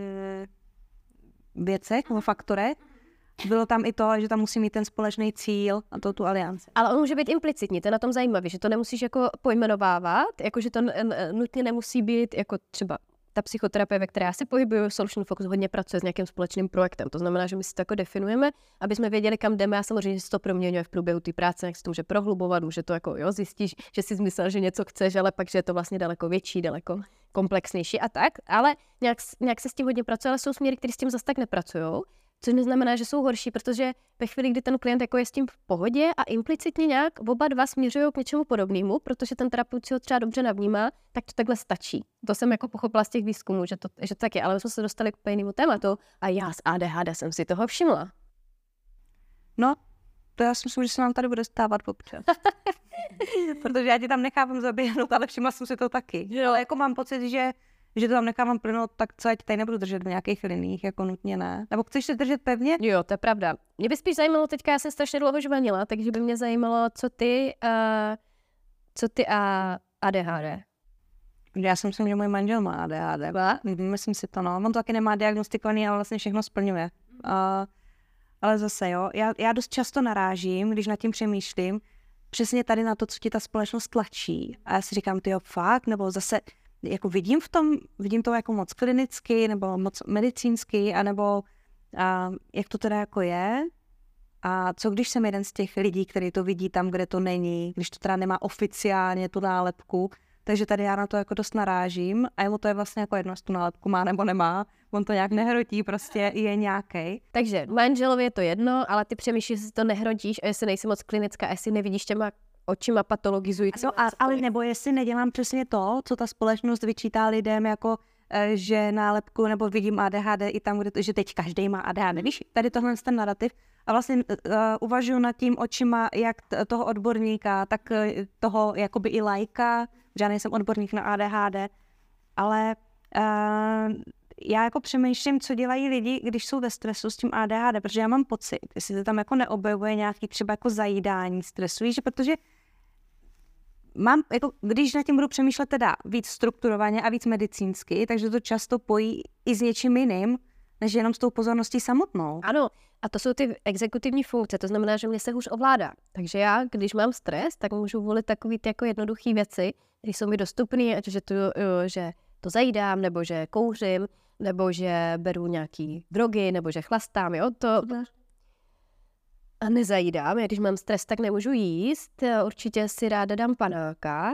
věcech nebo faktorech. Bylo tam i to, že tam musí mít ten společný cíl a to tu alianci. Ale on může být implicitní, to je na tom zajímavý, že to nemusíš jako pojmenovávat, jako že to nutně nemusí být jako třeba ta psychoterapie, ve které já se pohybuju, Solution Focus hodně pracuje s nějakým společným projektem. To znamená, že my si to jako definujeme, aby jsme věděli, kam jdeme, a samozřejmě se to proměňuje v průběhu té práce, jak se to může prohlubovat, může to jako zjistíš, že si myslel, že něco chceš, ale pak, že je to vlastně daleko větší, daleko komplexnější a tak, ale nějak se s tím hodně pracuje, ale jsou směry, které s tím zase tak nepracujou. Což neznamená, že jsou horší, protože ve chvíli, kdy ten klient jako je s tím v pohodě a implicitně nějak oba dva směřují k něčemu podobnému, protože ten terapeut si ho třeba dobře navnímá, tak to takhle stačí. To jsem jako pochopila z těch výzkumů, že to tak je, ale my jsme se dostali k jinému tématu a já s ADHD jsem si toho všimla. No, to já si myslím, že se nám tady bude stávat občas. Protože já ti tam nechávám zaběhnout, ale všimla jsem si to taky. Jo. Ale jako mám pocit, že to tam nechávám plynout, tak co, já ti tady nebudu držet v nějakých liních, jako nutně ne. Nebo chceš se držet pevně? Jo, to je pravda. Mě by spíš zajímalo, teďka já jsem strašně dlouho žvanila, takže by mě zajímalo, co ty a ADHD. Já si myslím, že můj manžel má ADHD. Myslím si to, no. On to taky nemá diagnostikovaný, ale vlastně všechno splňuje. Ale zase, jo, já dost často narážím, když nad tím přemýšlím, přesně tady na to, co ti ta společnost tlačí. A já si říkám, ty jo, fakt, nebo zase jako vidím to jako moc klinicky, nebo moc medicínsky, anebo jak to teda jako je. A co když jsem jeden z těch lidí, který to vidí tam, kde to není, když to teda nemá oficiálně tu nálepku. Takže tady já na to jako dost narážím a jemu to je vlastně jako jedno, jestli tu nálepku má nebo nemá. On to nějak nehrotí, prostě je nějaký. Takže manželovi je to jedno, ale ty přemýšlíš, jestli to nehrotíš a jestli nejsi moc klinická, jestli nevidíš těma očima patologizující. No, ale nebo jestli nedělám přesně to, co ta společnost vyčítá lidem, jako že nálepku, nebo vidím ADHD i tam, kde že teď každý má ADHD. Víš, tady tohle je ten narrativ. A vlastně uvažuji nad tím očima jak toho odborníka, tak toho jakoby i laika. Já nejsem odborník na ADHD, ale já jako přemýšlím, co dělají lidi, když jsou ve stresu s tím ADHD, protože já mám pocit, jestli se tam jako neobjevuje nějaký třeba jako zajídání stresu, víš, protože mám, jako, když na tím budu přemýšlet teda víc strukturovaně a víc medicínsky, takže to často pojí i s něčím jiným, než jenom s tou pozorností samotnou. Ano, a to jsou ty exekutivní funkce, to znamená, že mě se hůř ovládá. Takže já, když mám stres, tak můžu volit takový ty jako jednoduché věci, které jsou mi dostupné, ať že to zajídám, nebo že kouřím, nebo že beru nějaký drogy, nebo že chlastám, jo, to a nezajídám. Já když mám stres, tak nemůžu jíst, určitě si ráda dám panáka,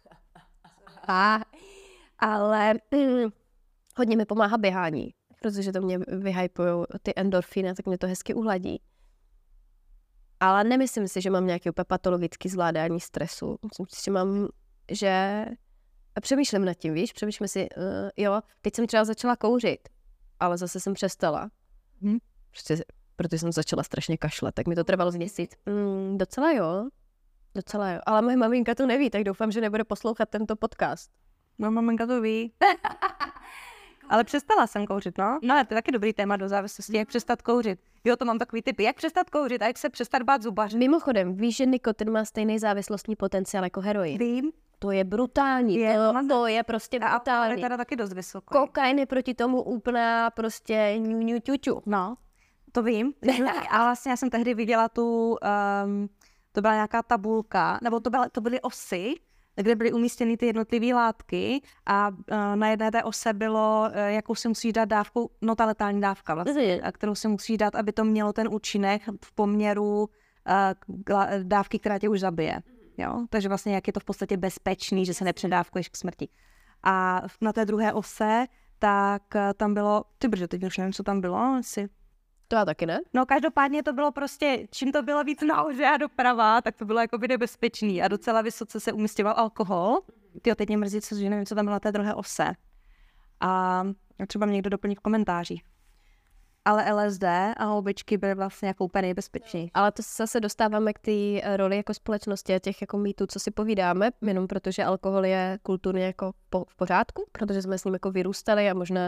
ale hodně mi pomáhá běhání, protože to mě vyhypujou ty endorfiny, tak mě to hezky uhladí. Ale nemyslím si, že mám nějaký úplně patologický zvládání stresu. Myslím si, že a přemýšlím nad tím, víš, přemýšlím si, jo, teď jsem třeba začala kouřit, ale zase jsem přestala. Protože jsem začala strašně kašlat, tak mi to trvalo z měsíc. Docela jo, ale moje maminka to neví, tak doufám, že nebude poslouchat tento podcast. No, maminka to ví. Ale přestala jsem kouřit, no. No, to je taky dobrý téma do závislosti, jak přestat kouřit. Jo, to mám takový tip, jak přestat kouřit a jak se přestat bát zubaře. Mimochodem, víš, že nikotin má stejný závislostní potenciál jako heroin? Vím. To je brutální, to je prostě brutální. A je teda taky dost vysoký. Kokain je proti tomu úplná prostě ňuňu. No, to vím. A vlastně já jsem tehdy viděla to byla nějaká tabulka, nebo to byly osy, kde byly umístěny ty jednotlivé látky a na jedné té ose bylo, jakou si musíš dát dávku, no ta letální dávka vlastně, a kterou si musíš dát, aby to mělo ten účinek v poměru dávky, která tě už zabije. Jo? Takže vlastně jak je to v podstatě bezpečný, že se nepředávkuješ k smrti. A na té druhé ose, tak tam bylo, teď už nevím, co tam bylo, asi. To já taky ne. No každopádně to bylo prostě, čím to bylo víc nahoře a doprava, tak to bylo jako by nebezpečný a docela vysoce se umístěval alkohol. Tyjo, teď mě mrzí, že nevím, co tam bylo na té druhé ose. A třeba mě někdo doplní v komentářích. Ale LSD a houbičky byly vlastně jako úplně nejbezpečnější. Ale to zase dostáváme k té roli jako společnosti a těch jako mýtů, co si povídáme, jenom protože alkohol je kulturně jako v pořádku, protože jsme s ním jako vyrůstali a možná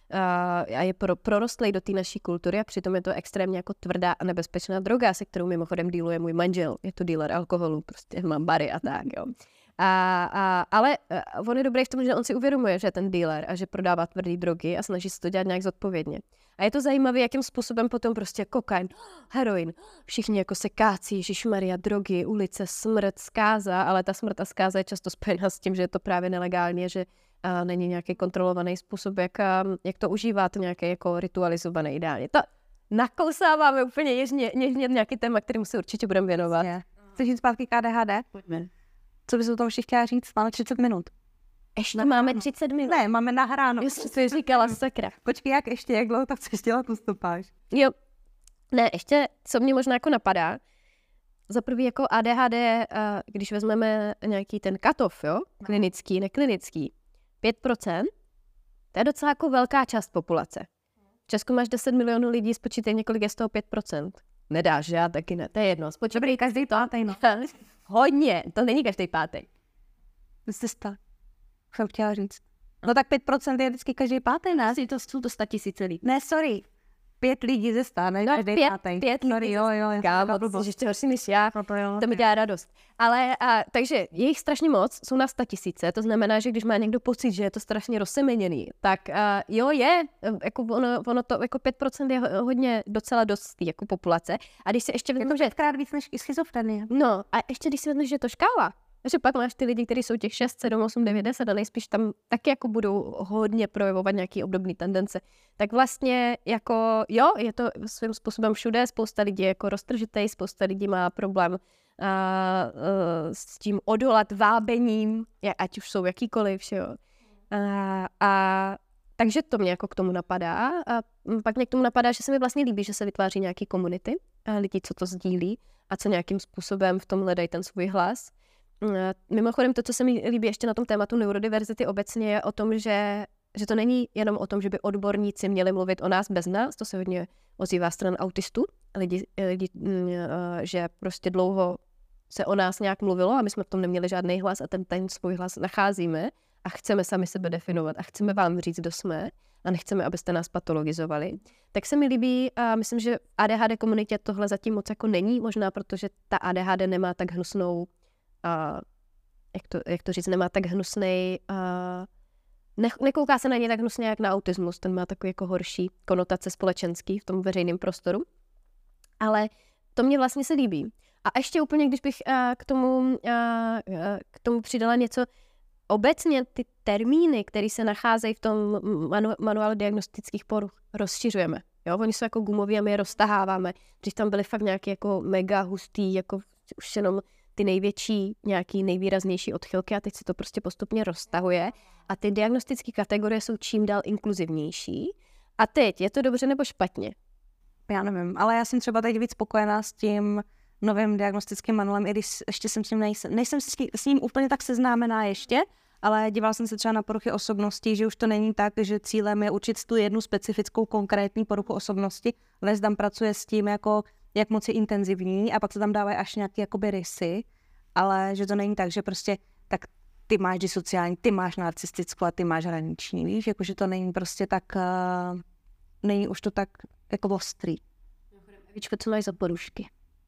a je prorostlej do té naší kultury a přitom je to extrémně jako tvrdá a nebezpečná droga, se kterou mimochodem dealuje můj manžel. Je to dealer alkoholu, prostě mám bary a tak, jo. Ale on je dobrý v tom, že on si uvědomuje, že je ten dealer a že prodává tvrdý drogy a snaží se to dělat nějak zodpovědně. A je to zajímavé, jakým způsobem potom prostě kokain, heroin, všichni jako se kácí, ježišmarja, drogy, ulice, smrt, zkáza, ale ta smrt a zkáza je často spojená s tím, že je to právě nelegálně, že není nějaký kontrolovaný způsob, jak to užívat, nějaký jako ritualizovaný ideálně. To nakousáváme úplně něžně nějaký téma, kterému se určitě budeme věnovat. Chceš jít zpátky k ADHD? Pojďme. Co bys o tom ještě chtěla říct? Máme 30 minut. Ještě máme 30 minut. Ne, máme nahráno. Já jsem si říkala, sakra. Počkej, jak dlouho tak chceš dělat tu stopáž? Jo, ne, ještě, co mě možná jako napadá, za prvý jako ADHD, když vezmeme nějaký ten cut-off, jo, klinický, neklinický, 5%, to je docela jako velká část populace. V Česku máš 10 milionů lidí, spočítej několik je z toho 5%. Nedáš, že já taky ne, to je jedno. Dobrý, každý pátý, no. Hodně, to není každý pátek. To jste stali. Jsem chtěla říct. No tak 5% je vždycky každý pátý, ne? To jsou to 100 000 lidí. Ne, sorry. 5 lidí ze 100, ne? No, Každý pátý. 5 sorry, jo. Kámo, to jsi ještě horší než já. No, To mi dělá radost. Ale, takže je jich strašně moc, jsou na 100 000, to znamená, že když má někdo pocit, že je to strašně rozsemeněný, tak jo, je, jako ono to, jako 5% je hodně docela dost jako populace. A když si ještě vezmu, že... krát víc než schizofrenie. No, a ještě když si vezmu, že je to škála, že pak máš ty lidi, kteří jsou těch 6, 7, 8, 9, 10 a nejspíš tam taky jako budou hodně projevovat nějaký obdobný tendence. Tak vlastně jako jo, je to svým způsobem všude, spousta lidí je jako roztržitej, spousta lidí má problém s tím odolat vábením, ať už jsou jakýkoliv, že jo. Takže to mě jako k tomu napadá. A pak mě k tomu napadá, že se mi vlastně líbí, že se vytváří nějaký komunity, lidi, co to sdílí a co nějakým způsobem v tom hledají ten svůj hlas. Mimochodem to, co se mi líbí ještě na tom tématu neurodiverzity obecně, je o tom, že to není jenom o tom, že by odborníci měli mluvit o nás bez nás, to se hodně ozývá stran autistů, lidi, že prostě dlouho se o nás nějak mluvilo a my jsme v tom neměli žádný hlas a ten svůj hlas nacházíme a chceme sami sebe definovat a chceme vám říct, kdo jsme a nechceme, abyste nás patologizovali. Tak se mi líbí a myslím, že v ADHD komunitě tohle zatím moc jako není, možná protože ta ADHD nemá tak hnusnou jak to říct, nemá tak hnusnej, nekouká se na něj tak hnusně jak na autismus, ten má takový jako horší konotace společenský v tom veřejném prostoru. Ale to mě vlastně se líbí. A ještě úplně, když bych k tomu přidala něco, obecně ty termíny, které se nacházejí v tom manuálu diagnostických poruch, rozšiřujeme. Jo? Oni jsou jako gumoví a my je roztaháváme. Když tam byly fakt nějaký jako mega hustý, jako už jenom ty největší, nějaký nejvýraznější odchylky a teď se to prostě postupně roztahuje a ty diagnostické kategorie jsou čím dál inkluzivnější. A teď, je to dobře nebo špatně? Já nevím, ale já jsem třeba teď víc spokojená s tím novým diagnostickým manuálem, i když ještě jsem s tím nejsem s ním úplně tak seznámená ještě, ale dívala jsem se třeba na poruchy osobnosti, že už to není tak, že cílem je učit tu jednu specifickou konkrétní poruchu osobnosti, ale tam pracuje s tím, jako jak moc je intenzivní a pak se tam dávají až nějaké jakoby rysy, ale že to není tak, že prostě tak ty máš disociální, ty máš narcistickou a ty máš hraniční, víš, jakože to není prostě tak, není už to tak jako ostrý. Víčko, co máš za porušky?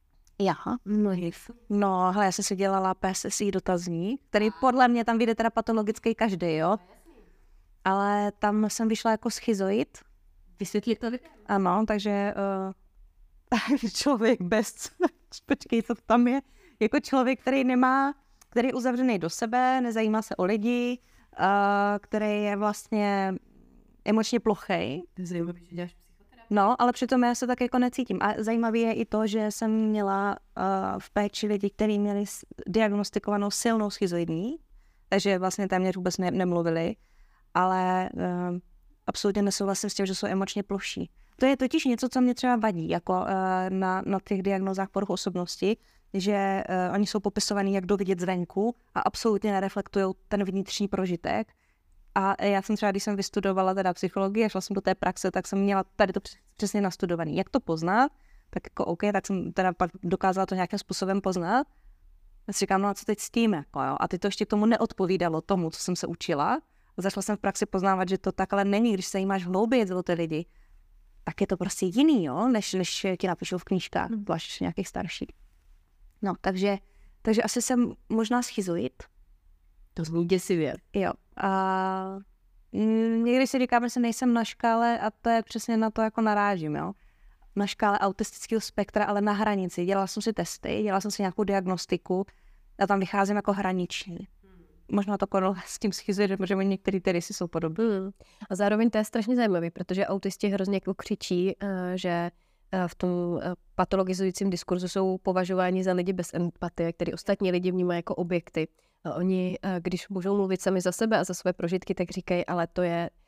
No, hele, já jsem si dělala PSSI dotazník, který podle mě tam vyjde teda patologický každý, jo? Ale tam jsem vyšla jako schizoid. Vysvětlí to? Ano, takže člověk bez, počkej, co tam je, jako člověk, který je uzavřený do sebe, nezajímá se o lidi, který je vlastně emočně plochej. To je zajímavé, že děláš psychoterapii. No, ale přitom já se tak jako necítím. A zajímavé je i to, že jsem měla v péči lidi, kteří měli diagnostikovanou silnou schizoidní, takže vlastně téměř vůbec nemluvili, ale absolutně nesouhlasím s tím, že jsou emočně ploší. To je totiž něco, co mě třeba vadí jako na těch diagnózách poruch osobnosti, že oni jsou popisovaní, jak dovidět zvenku a absolutně nereflektují ten vnitřní prožitek. A já jsem třeba, když jsem vystudovala teda psychologii a šla jsem do té praxe, tak jsem měla tady to přesně nastudovaný. Jak to poznat? Tak jako OK, tak jsem teda pak dokázala to nějakým způsobem poznat. Já si říkám, no a co teď s tím? Jako, jo? A ty to ještě k tomu neodpovídalo tomu, co jsem se učila. Začala jsem v praxi poznávat, že to takhle není, když se jí máš hlouběji o ty lidi, tak je to prostě jiný, jo, než ti napíšou v knížkách, zvlášť nějakých starších. No, takže asi jsem možná schizoid. To zní děsivě. Jo. A někdy si říkám, že nejsem na škále a to je přesně na to, jako narážím, jo. Na škále autistického spektra, ale na hranici. Dělala jsem si testy, dělala jsem si nějakou diagnostiku a tam vycházím jako hraniční. Možná to koreluje s tím schizoidem, protože některé ty rysy jsou podobné. A zároveň to je strašně zajímavé, protože autisti hrozně jako křičí, že v tom patologizujícím diskurzu jsou považováni za lidi bez empatie, který ostatní lidi vnímají jako objekty. A oni, když můžou mluvit sami za sebe a za své prožitky, tak říkají, ale to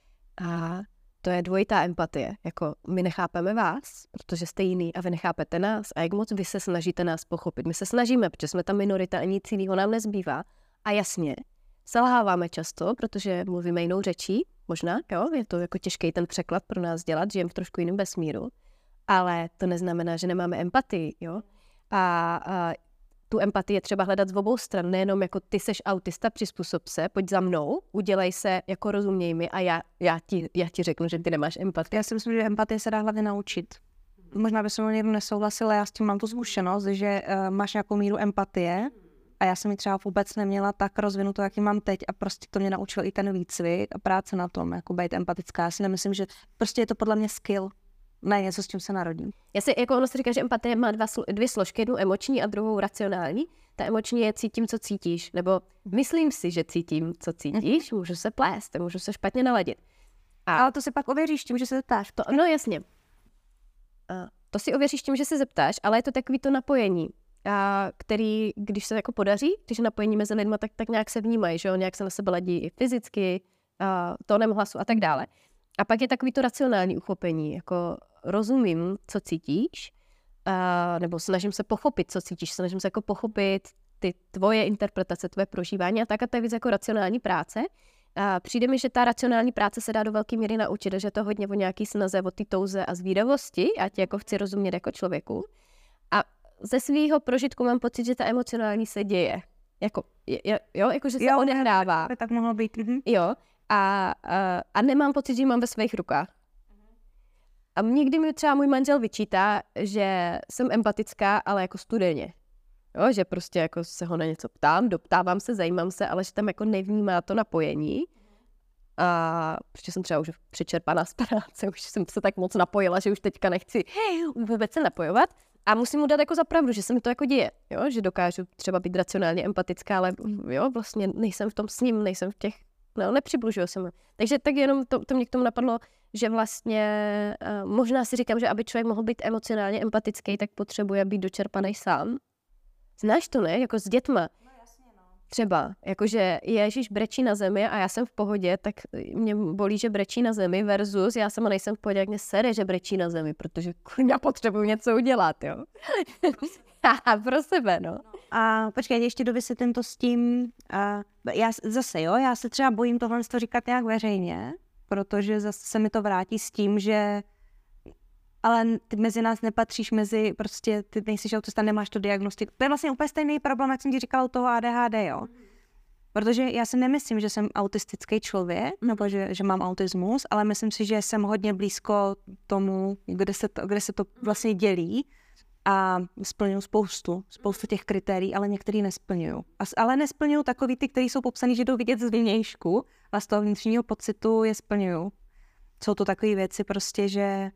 je dvojitá empatie. Jako my nechápeme vás, protože jste jiný a vy nechápete nás a jak moc vy se snažíte nás pochopit. My se snažíme, protože jsme ta minorita a nic jiného nám nezbývá. A jasně, selháváme často, protože mluvíme jinou řečí, možná, jo, je to jako těžký ten překlad pro nás dělat, žijeme v trošku jiném vesmíru, ale to neznamená, že nemáme empatii, jo. A tu empatii je třeba hledat z obou stran, nejenom jako ty seš autista, přizpůsob se, pojď za mnou, udělej se, jako rozuměj mi a já ti řeknu, že ty nemáš empatii. Já si myslím, že empatie se dá hlavně naučit. Možná by se mnou někdo nesouhlasil, já s tím mám tu zkušenost, že máš nějakou míru empatie a já jsem ji třeba vůbec neměla tak rozvinutou, jak ji mám teď a prostě to mě naučil i ten výcvik a práce na tom, jako být empatická. Já si nemyslím, že prostě je to podle mě skill. Ne, něco, s čím se narodím. Ono se říká, že empatie má dvě složky, jednu emoční a druhou racionální. Ta emoční je cítím, co cítíš, nebo myslím si, že cítím, co cítíš, můžu se plést, můžu se špatně naladit. Ale to si pak ověříš tím, že se zeptáš. No jasně. To si ověříš tím, že se zeptáš, ale je to takový to napojení, který, když se jako podaří, když je napojení mezi lidma, tak nějak se vnímají, že jo, nějak se na sebe ladí i fyzicky, tónem hlasu a tak dále. A pak je takový to racionální uchopení, jako rozumím, co cítíš, nebo snažím se pochopit, co cítíš, snažím se jako pochopit ty tvoje interpretace, tvoje prožívání a to je víc jako racionální práce. Přijde mi, že ta racionální práce se dá do velké míry naučit, že je to hodně o nějaký snaze, o té touze a zvídavosti, a tě jako chci rozumět jako člověku. A ze svého prožitku mám pocit, že ta emocionální se děje. Že se odehrává. Tak mohlo být. Jo. A nemám pocit, že ji mám ve svých rukách. A někdy mi třeba můj manžel vyčítá, že jsem empatická, ale jako studeně. Jo, že prostě jako se ho na něco ptám, doptávám se, zajímám se, ale že tam jako nevnímá to napojení. A protože jsem třeba už přečerpaná z práce, už jsem se tak moc napojila, že už teďka nechci vůbec se napojovat. A musím mu dát jako za pravdu, že se mi to jako děje, jo? Že dokážu třeba být racionálně empatická, ale jo, vlastně nejsem v tom s ním, nejsem v těch, nepřibližuju se mu. Takže tak jenom to mě k tomu napadlo, že vlastně možná si říkám, že aby člověk mohl být emocionálně empatický, tak potřebuje být dočerpaný sám. Znáš to, ne? Jako s dětma. No jasně, no. Třeba, jakože Ježíš brečí na zemi a já jsem v pohodě, tak mě bolí, že brečí na zemi versus já sama nejsem v pohodě, jak mě sere, že brečí na zemi, protože já potřebuji něco udělat, jo. Pro sebe, no. A počkej, ještě dovysvětlím to s tím, já se třeba bojím tohle říkat nějak veřejně, protože zase se mi to vrátí s tím, že ale ty mezi nás nepatříš, ty nejsi autista, nemáš to diagnostiku. To je vlastně úplně stejný problém, jak jsem ti říkala u toho ADHD, jo. Protože já si nemyslím, že jsem autistický člověk, nebo že mám autismus, ale myslím si, že jsem hodně blízko tomu, kde se to vlastně dělí a splňuju spoustu těch kritérií, ale některý nesplňuju. Ale nesplňuju takový ty, který jsou popsaný, že jdou vidět z vnějšku a z toho vnitřního pocitu je splňuju. Jsou to takové věci prostě, že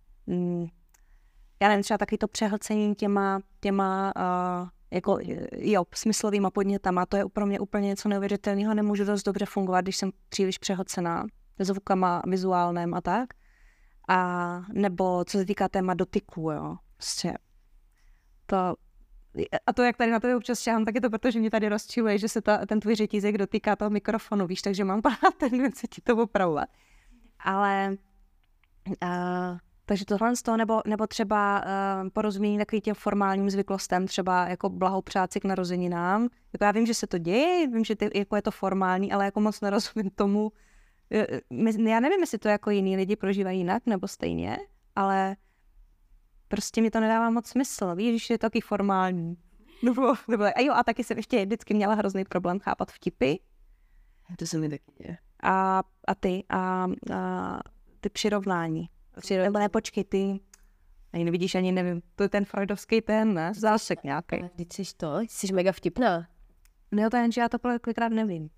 já nevím, třeba taky to přehlcení těma smyslovýma podnětama, to je pro mě úplně něco neuvěřitelného, nemůžu dost dobře fungovat, když jsem příliš přehlcená zvukama, vizuálním a tak. A nebo co se týká téma dotyku, jo. Prostě to, jak tady na tebe občas šáhám, tak je to proto, že mě tady rozčiluje, že se ten tvůj řetízek dotýká toho mikrofonu, víš, takže mám pár tendence ti to opravovat. Ale takže tohle z toho, nebo třeba porozumění takovým těm formálním zvyklostem, třeba jako blahopřát si k narozeninám. Jako já vím, že se to děje, vím, že jako je to formální, ale jako moc nerozumím tomu. Já nevím, jestli to jako jiný lidi prožívají jinak nebo stejně, ale prostě mi to nedává moc smysl, víš, že je to taky formální. A taky jsem ještě vždycky měla hrozný problém chápat vtipy. To se mi taky děje. a ty přirovnání. Nebo ne, počkej, ty... Ani nevidíš, ani nevím. To je ten freudovský ne? Zásek nějaký. Vždyť jsi mega vtipná. No to jen, že já to kolikrát nevím.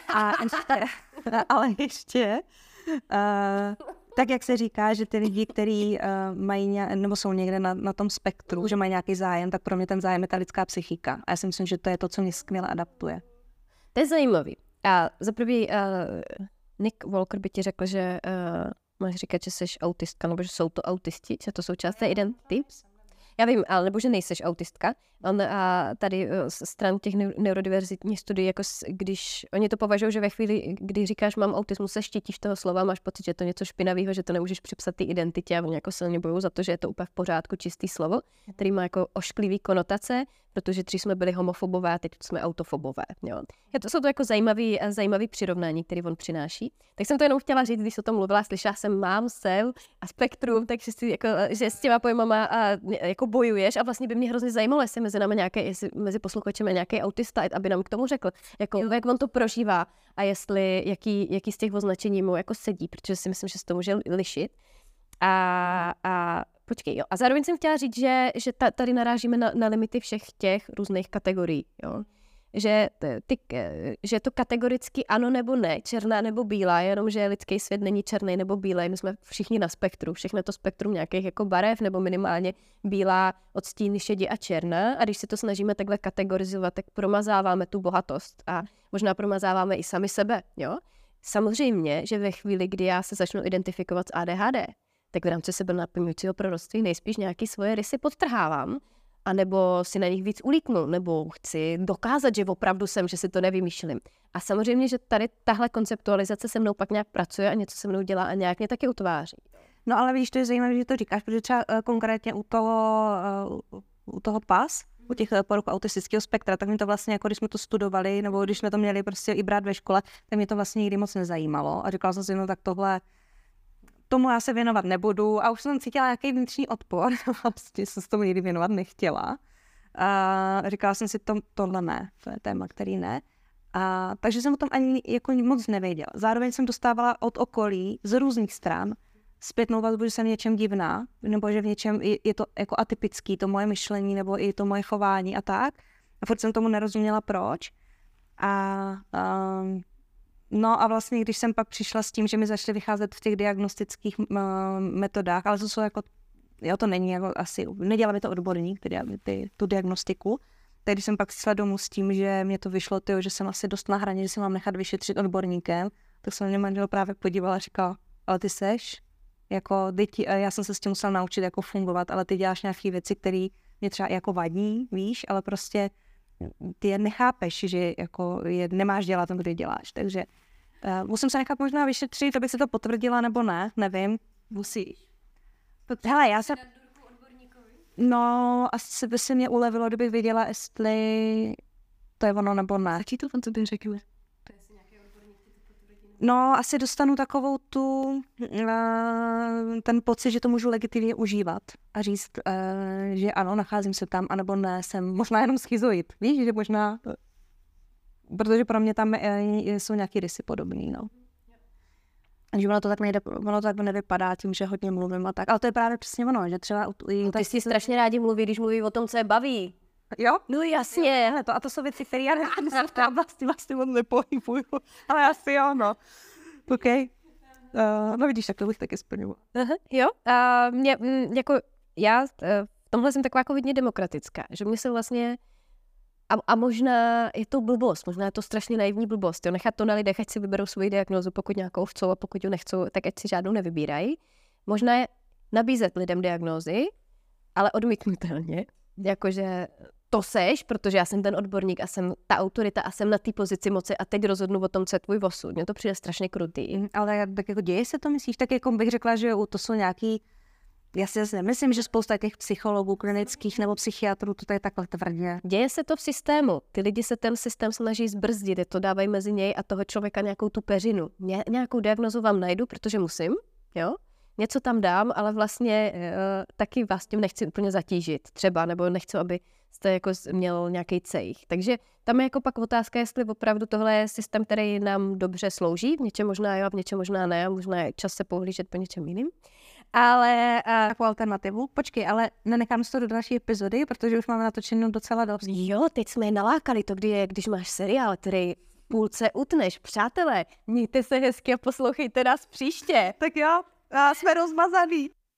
Ale ještě, tak jak se říká, že ty lidi, kteří mají nebo jsou někde na tom spektru, že mají nějaký zájem, tak pro mě ten zájem je ta lidská psychika. A já si myslím, že to je to, co mě skvěle adaptuje. To je zajímavý. A za prvý, Nick Walker by ti řekl, že máš říkat, že jsi autistka, nebo že jsou to autisti, že to součást té identity. Já vím, ale nebo že nejseš autistka. A tady stran těch neurodiverzitních studií, jako když oni to považují, že ve chvíli, kdy říkáš mám autismus, se štítíš toho slova, máš pocit, že je to něco špinavého, že to nemůžeš připsat té identitě a oni jako silně bojují za to, že je to úplně v pořádku čistý slovo, který má jako ošklivý konotace, protože dřív jsme byli homofobové a teď jsme autofobové. Jo. To jsou to jako zajímavý přirovnání, který on přináší. Tak jsem to jenom chtěla říct, když o tom mluvila, slyšela jsem jsem a spektrum, takže si jako, že s těma pojmama jako bojuješ a vlastně by mě hrozně zajímalo, jestli jestli mezi posluchačemi nějaký autista, aby nám k tomu řekl, jako, jak on to prožívá a jaký z těch označení mu jako sedí, protože si myslím, že se to může lišit. A počkej, jo. A zároveň jsem chtěla říct, že tady narážíme na limity všech těch různých kategorií, jo. Že je to kategoricky ano nebo ne, černá nebo bílá, jenomže lidský svět není černý nebo bílý, my jsme všichni na spektru, všechno to spektrum nějakých jako barev nebo minimálně bílá, odstíny šedi a černá a když si to snažíme takhle kategorizovat, tak promazáváme tu bohatost a možná promazáváme i sami sebe, jo. Samozřejmě, že ve chvíli, kdy já se začnu identifikovat s ADHD, tak v rámci sebe naplňujícího proroctví nejspíš nějaký svoje rysy podtrhávám, anebo si na nich víc ulítnu, nebo chci dokázat, že opravdu jsem, že si to nevymýšlím. A samozřejmě, že tady tahle konceptualizace se mnou pak nějak pracuje a něco se mnou dělá a nějak mě taky utváří. No ale víš, to je zajímavé, že to říkáš, protože třeba konkrétně u toho PAS, u těch poruch autistického spektra, tak mi to vlastně, jako když jsme to studovali, nebo když jsme to měli prostě i brát ve škole, tak mě to vlastně nikdy moc nezajímalo. A říkala jsem si, no tak tomu já se věnovat nebudu a už jsem cítila nějaký vnitřní odpor, vlastně jsem se tomu nikdy věnovat nechtěla. A říkala jsem si, tohle ne, to je téma, který ne. Takže jsem o tom ani jako moc nevěděla. Zároveň jsem dostávala od okolí z různých stran zpětnou vazbu, že jsem v něčem divná, nebo že v něčem je to jako atypický, to moje myšlení, nebo i to moje chování a tak. A furt jsem tomu nerozuměla proč. No a vlastně, když jsem pak přišla s tím, že mi začaly vycházet v těch diagnostických metodách, ale to jsou jako, to není jako asi, nedělá mi to odborník, tu diagnostiku, tak když jsem pak přišla domů s tím, že mě to vyšlo, že jsem asi dost na hraně, že se mám nechat vyšetřit odborníkem, tak jsem mě manžel právě podívala a říkala, ale ty seš, jako já jsem se s tím musela naučit jako fungovat, ale ty děláš nějaké věci, které mě třeba jako vadí, víš, ale prostě ty je nechápeš, že jako je nemáš dělat to, kdy děláš, takže musím se nechat možná vyšetřit, abych si to potvrdila nebo ne, nevím. Musíš. Hele, já se... No, asi by se mě ulevilo, kdybych věděla, jestli to je ono nebo ne. Jaký to on tobě řekne? No, asi dostanu takovou ten pocit, že to můžu legitimně užívat a říct, že ano, nacházím se tam, anebo ne, jsem možná jenom schizoid. Víš, že možná, protože pro mě tam jsou nějaký rysy podobný, no. Takže ono to tak nevypadá tím, že hodně mluvím a tak, ale to je právě přesně ono, že třeba... Ty si strašně rádi mluví, když mluví o tom, co je baví. Jo? No jasně. Jo, a to jsou věci, které já vlastně moc nepohybuju, ale asi jo, no. OK. No vidíš, tak to bych taky splňovala. Jo, já v tomhle jsem taková jako hodně demokratická, že mě se vlastně, a možná je to blbost, možná je to strašně naivní blbost, jo, nechat to na lidech, ať si vyberou svoji diagnózu, pokud nějakou chcou a pokud ji nechcou, tak ať si žádnou nevybírají. Možná je nabízet lidem diagnózy, ale odmítnutelně, jakože to seš, protože já jsem ten odborník a jsem ta autorita a jsem na té pozici moci a teď rozhodnu o tom, co je tvůj osud. Mně to přijde strašně krutý. Ale tak jako děje se to, myslíš? Tak jako bych řekla, že to jsou nějaký... Já si zase nemyslím, že spousta těch psychologů, klinických nebo psychiatrů to je takhle tvrdě. Děje se to v systému. Ty lidi se ten systém snaží zbrzdit, to dávají mezi něj a toho člověka nějakou tu peřinu. Nějakou diagnozu vám najdu, protože musím, jo? něco tam dám, ale vlastně taky vás tím nechci úplně zatížit třeba, nebo nechci, aby jste jako měl nějaký cejch. Takže tam je jako pak otázka, jestli opravdu tohle je systém, který nám dobře slouží, v něčem možná jo, v něčem možná ne, možná je čas se pohlížet po něčem jiným. Ale takovou alternativu. Počkej, ale nenechám si to do další epizody, protože už máme natočenou docela dost. Jo, teď jsme je nalákali, to když máš seriál, který v půlce utneš. Přátelé, mějte se hezky a poslouchejte nás příště. Tak jo, jsme rozmazaný.